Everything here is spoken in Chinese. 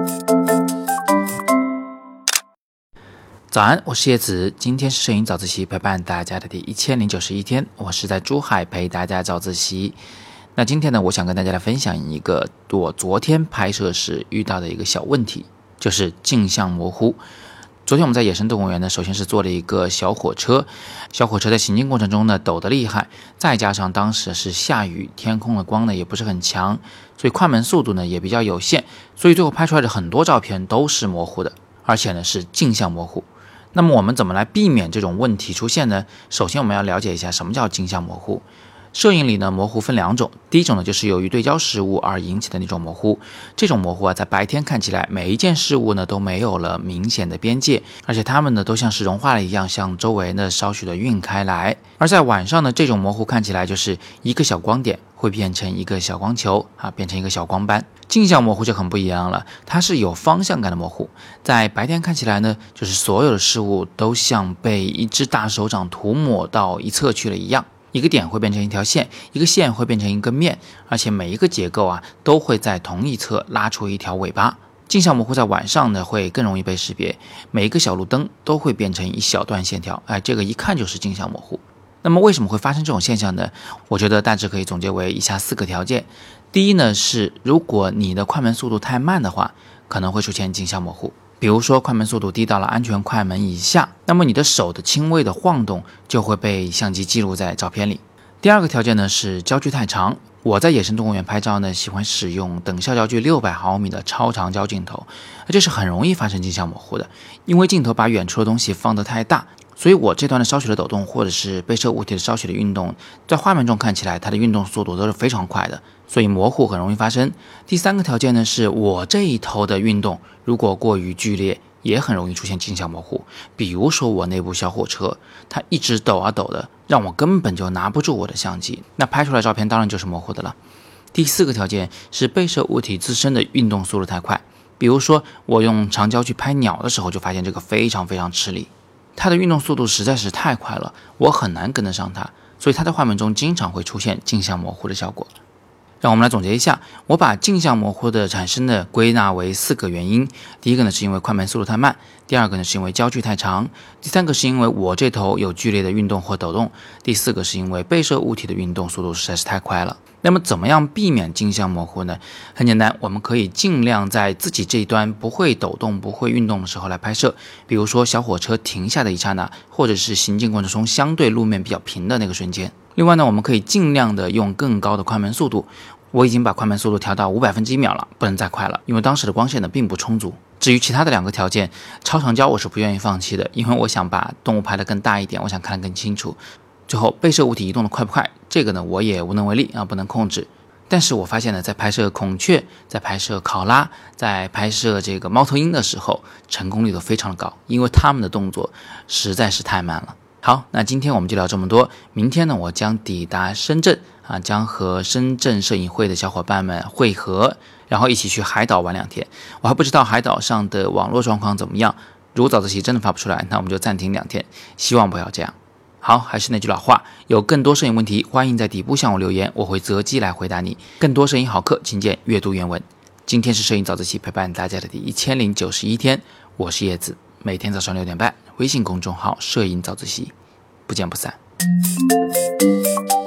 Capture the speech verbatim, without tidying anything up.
早安，我是叶子，今天是摄影早自习陪伴大家的第一千零九十一天，我是在珠海陪大家早自习。那今天呢，我想跟大家来分享一个我昨天拍摄时遇到的一个小问题，就是镜像模糊。昨天我们在野生动物园呢，首先是做了一个小火车，小火车在行进过程中呢抖得厉害，再加上当时是下雨，天空的光呢也不是很强，所以快门速度呢也比较有限，所以最后拍出来的很多照片都是模糊的，而且呢是镜像模糊。那么我们怎么来避免这种问题出现呢？首先我们要了解一下什么叫镜像模糊。摄影里呢，模糊分两种，第一种呢就是由于对焦事物而引起的那种模糊，这种模糊啊，在白天看起来每一件事物呢都没有了明显的边界，而且它们呢都像是融化了一样，向周围呢稍许的晕开来。而在晚上呢，这种模糊看起来就是一个小光点会变成一个小光球啊，变成一个小光斑。镜像模糊就很不一样了，它是有方向感的模糊，在白天看起来呢，就是所有的事物都像被一只大手掌涂抹到一侧去了一样。一个点会变成一条线，一个线会变成一个面，而且每一个结构啊都会在同一侧拉出一条尾巴。镜像模糊在晚上呢会更容易被识别，每一个小路灯都会变成一小段线条，哎，这个一看就是镜像模糊。那么为什么会发生这种现象呢？我觉得大致可以总结为以下四个条件。第一呢是，如果你的快门速度太慢的话，可能会出现镜像模糊。比如说快门速度低到了安全快门以下，那么你的手的轻微的晃动就会被相机记录在照片里。第二个条件呢是焦距太长，我在野生动物园拍照呢喜欢使用等效焦距六百毫米的超长焦镜头，这是很容易发生镜像模糊的，因为镜头把远处的东西放得太大，所以我这段的稍许的抖动或者是被摄物体的稍许的运动，在画面中看起来它的运动速度都是非常快的，所以模糊很容易发生。第三个条件呢是，我这一头的运动如果过于剧烈，也很容易出现镜像模糊。比如说我那部小火车，它一直抖啊抖的，让我根本就拿不住我的相机，那拍出来照片当然就是模糊的了。第四个条件是被摄物体自身的运动速度太快，比如说我用长焦去拍鸟的时候，就发现这个非常非常吃力，它的运动速度实在是太快了，我很难跟得上它，所以它在画面中经常会出现镜像模糊的效果。让我们来总结一下，我把镜像模糊的产生的归纳为四个原因。第一个呢是因为快门速度太慢，第二个呢是因为焦距太长，第三个是因为我这头有剧烈的运动或抖动，第四个是因为被摄物体的运动速度实在是太快了。那么怎么样避免镜像模糊呢？很简单，我们可以尽量在自己这一端不会抖动不会运动的时候来拍摄，比如说小火车停下的一刹那，或者是行进过程中相对路面比较平的那个瞬间。另外呢，我们可以尽量的用更高的快门速度，我已经把快门速度调到五百分之一秒了，不能再快了，因为当时的光线呢并不充足。至于其他的两个条件，超长焦我是不愿意放弃的，因为我想把动物拍得更大一点，我想看得更清楚。最后被摄物体移动的快不快，这个呢我也无能为力啊，不能控制。但是我发现呢，在拍摄孔雀，在拍摄考拉，在拍摄这个猫头鹰的时候，成功率都非常的高，因为他们的动作实在是太慢了。好，那今天我们就聊这么多。明天呢，我将抵达深圳啊，将和深圳摄影会的小伙伴们会合，然后一起去海岛玩两天。我还不知道海岛上的网络状况怎么样，如果早自习真的发不出来，那我们就暂停两天，希望不要这样。好，还是那句老话，有更多摄影问题，欢迎在底部向我留言，我会择机来回答你。更多摄影好课，请见阅读原文。今天是摄影早自习陪伴大家的第一千零九十一天，我是叶子，每天早上六点半，微信公众号摄影早自习，不见不散。